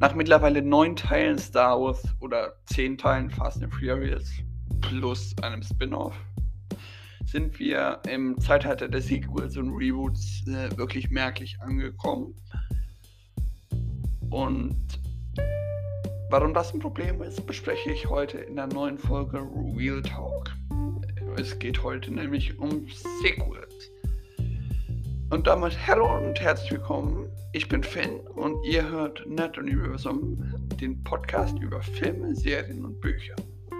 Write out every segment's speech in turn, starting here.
Nach mittlerweile 9 Teilen Star Wars oder 10 Teilen Fast and Furious plus einem Spin-off sind wir im Zeitalter der Sequels und Reboots wirklich merklich angekommen. Und warum das ein Problem ist, bespreche ich heute in der neuen Folge Real Talk. Es geht heute nämlich um Sequels. Und damit hallo und herzlich willkommen. Ich bin Finn und ihr hört Nerd Universum, den Podcast über Filme, Serien und Bücher.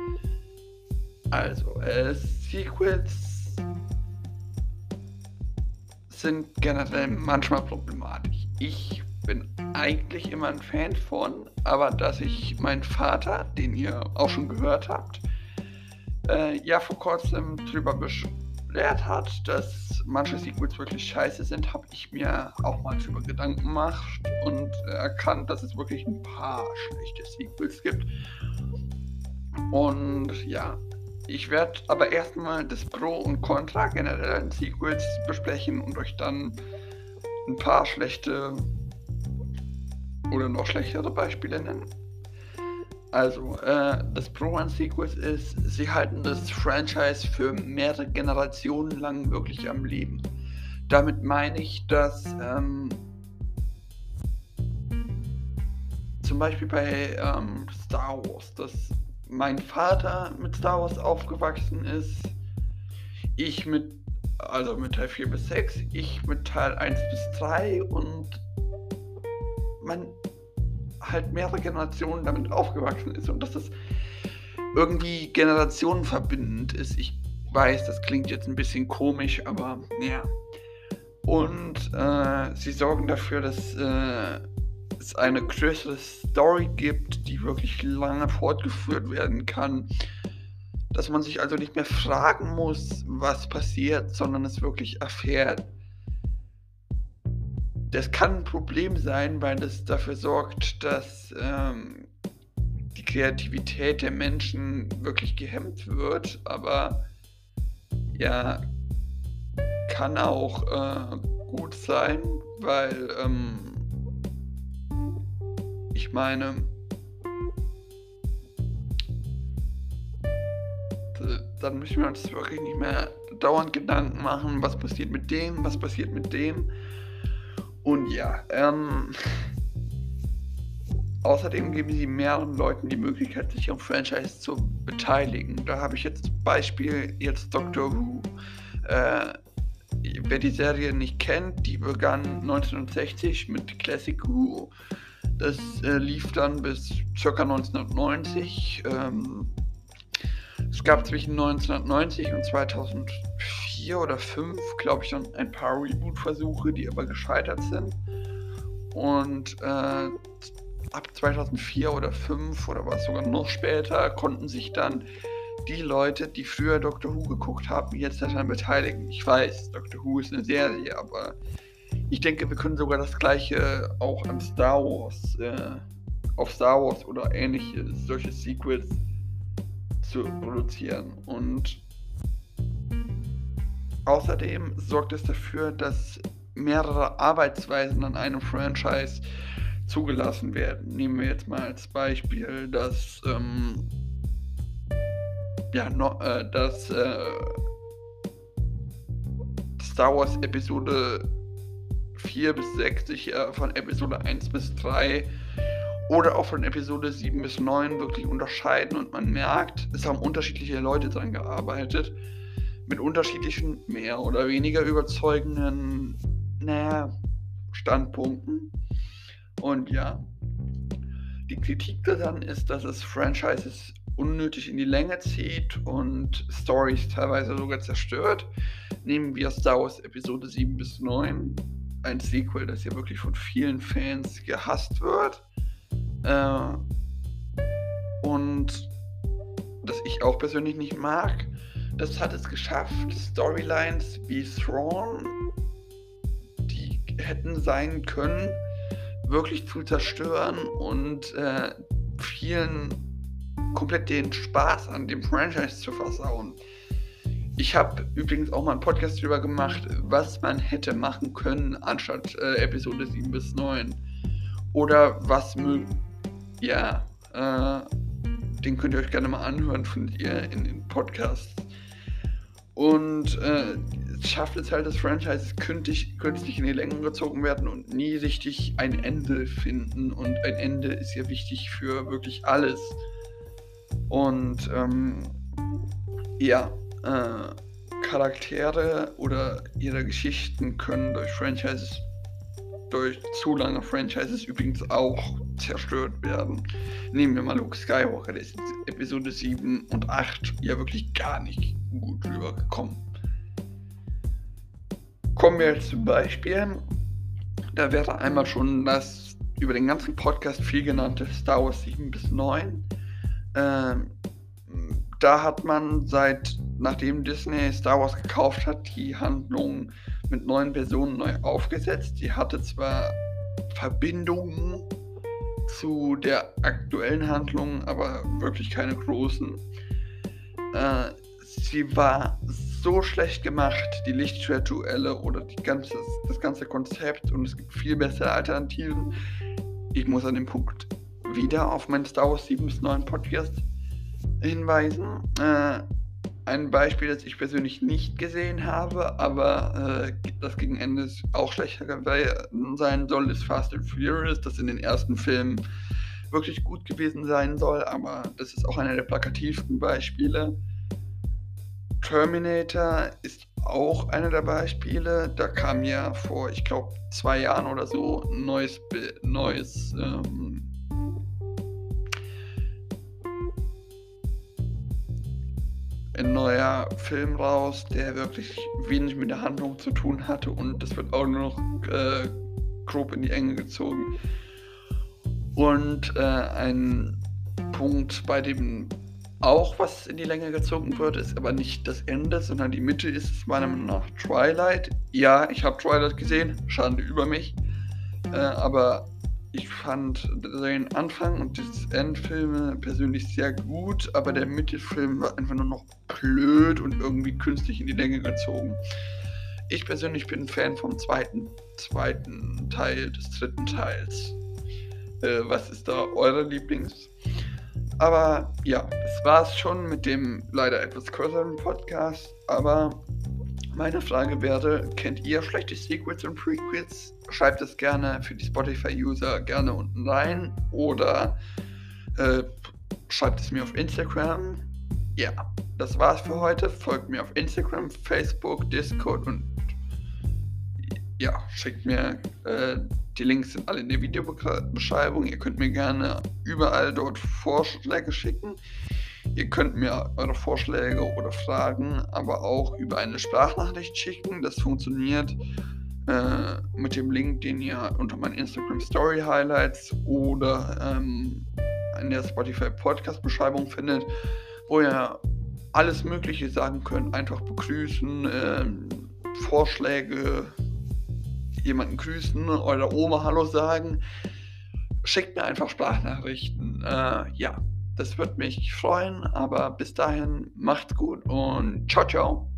Also, Sequels sind generell manchmal problematisch. Ich bin eigentlich immer ein Fan von, aber dass ich meinen Vater, den ihr auch schon gehört habt, vor kurzem drüber beschwert hat, dass manche Sequels wirklich scheiße sind, habe ich mir auch mal drüber Gedanken gemacht und erkannt, dass es wirklich ein paar schlechte Sequels gibt. Und ja, ich werde aber erstmal das Pro und Contra generell in Sequels besprechen und euch dann ein paar schlechte oder noch schlechtere Beispiele nennen. Also, das Pro an Sequels ist, sie halten das Franchise für mehrere Generationen lang wirklich am Leben. Damit meine ich, dass zum Beispiel bei Star Wars, dass mein Vater mit Star Wars aufgewachsen ist, ich mit Teil 4 bis 6, ich mit Teil 1 bis 3 und man halt mehrere Generationen damit aufgewachsen ist und dass das irgendwie generationenverbindend ist. Ich weiß, das klingt jetzt ein bisschen komisch, aber ja. Und sie sorgen dafür, dass es eine größere Story gibt, die wirklich lange fortgeführt werden kann. Dass man sich also nicht mehr fragen muss, was passiert, sondern es wirklich erfährt. Das kann ein Problem sein, weil es dafür sorgt, dass die Kreativität der Menschen wirklich gehemmt wird, aber ja, kann auch gut sein, weil ich meine, dann müssen wir uns wirklich nicht mehr dauernd Gedanken machen, was passiert mit dem, was passiert mit dem. Und ja, außerdem geben sie mehreren Leuten die Möglichkeit, sich am Franchise zu beteiligen. Da habe ich jetzt Beispiel Doctor Who. Wer die Serie nicht kennt, die begann 1960 mit Classic Who. Das lief dann bis ca. 1990. Es gab zwischen 1990 und 2004 oder 2005, glaube ich, dann ein paar Reboot-Versuche, die aber gescheitert sind. Und ab 2004 oder 2005 oder was sogar noch später konnten sich dann die Leute, die früher Doctor Who geguckt haben, jetzt daran beteiligen. Ich weiß, Doctor Who ist eine Serie, aber ich denke, wir können sogar das Gleiche auch an Star Wars, auf Star Wars oder ähnliche solche Sequels zu produzieren. Und außerdem sorgt es dafür, dass mehrere Arbeitsweisen an einem Franchise zugelassen werden. Nehmen wir jetzt mal als Beispiel, dass Star Wars Episode 4 bis 6 sich von Episode 1 bis 3 oder auch von Episode 7 bis 9 wirklich unterscheiden und man merkt, es haben unterschiedliche Leute dran gearbeitet, mit unterschiedlichen, mehr oder weniger überzeugenden, Standpunkten. Und ja, die Kritik daran ist, dass es Franchises unnötig in die Länge zieht und Storys teilweise sogar zerstört. Nehmen wir Star Wars Episode 7 bis 9, ein Sequel, das ja wirklich von vielen Fans gehasst wird. Und das ich auch persönlich nicht mag. Das hat es geschafft, Storylines wie Thrawn, die hätten sein können, wirklich zu zerstören und vielen komplett den Spaß an dem Franchise zu versauen. Ich habe übrigens auch mal einen Podcast darüber gemacht, was man hätte machen können anstatt Episode 7 bis 9. Oder was ja, den könnt ihr euch gerne mal anhören, findet ihr in den Podcasts. Und es schafft es halt, dass Franchises künstlich in die Länge gezogen werden und nie richtig ein Ende finden. Und ein Ende ist ja wichtig für wirklich alles. Und Charaktere oder ihre Geschichten können durch zu lange Franchises übrigens auch zerstört werden. Nehmen wir mal Luke Skywalker, der ist in Episode 7 und 8 ja wirklich gar nicht gut rübergekommen. Kommen wir jetzt zum Beispiel. Da wäre einmal schon das über den ganzen Podcast viel genannte Star Wars 7 bis 9. Da hat man nachdem Disney Star Wars gekauft hat, die Handlung mit 9 Personen neu aufgesetzt. Die hatte zwar Verbindungen zu der aktuellen Handlung, aber wirklich keine großen. Sie war so schlecht gemacht, die Lichtschwertduelle oder das ganze Konzept, und es gibt viel bessere Alternativen. Ich muss an dem Punkt wieder auf meinen Star Wars 7 bis 9 Podcast hinweisen. Ein Beispiel, das ich persönlich nicht gesehen habe, aber das gegen Ende auch schlechter sein soll, ist Fast and Furious, das in den ersten Filmen wirklich gut gewesen sein soll, aber das ist auch einer der plakativsten Beispiele. Terminator ist auch einer der Beispiele. Da kam ja vor, ich glaube, 2 Jahren oder so ein neuer Film raus, der wirklich wenig mit der Handlung zu tun hatte, und das wird auch nur noch grob in die Enge gezogen. Und ein Punkt, bei dem auch was in die Länge gezogen wird, ist aber nicht das Ende, sondern die Mitte ist es meiner Meinung nach Twilight. Ja, ich habe Twilight gesehen, Schande über mich, aber ich fand den Anfang und das Endfilme persönlich sehr gut, aber der Mittelfilm war einfach nur noch blöd und irgendwie künstlich in die Länge gezogen. Ich persönlich bin ein Fan vom zweiten Teil des 3. Teils. Was ist da eure Lieblings? Aber ja, das war's schon mit dem leider etwas kürzeren Podcast, aber meine Frage wäre, kennt ihr schlechte Sequels und Prequels? Schreibt es gerne für die Spotify-User gerne unten rein oder schreibt es mir auf Instagram. Ja, das war's für heute. Folgt mir auf Instagram, Facebook, Discord und ja, schickt mir die Links sind alle in der Videobeschreibung. Ihr könnt mir gerne überall dort Vorschläge schicken. Ihr könnt mir eure Vorschläge oder Fragen aber auch über eine Sprachnachricht schicken. Das funktioniert mit dem Link, den ihr unter meinen Instagram Story Highlights oder in der Spotify Podcast Beschreibung findet, wo ihr alles Mögliche sagen könnt. Einfach begrüßen, Vorschläge, jemanden grüßen, eurer Oma Hallo sagen. Schickt mir einfach Sprachnachrichten. Ja, das würde mich freuen, aber bis dahin macht's gut und ciao, ciao.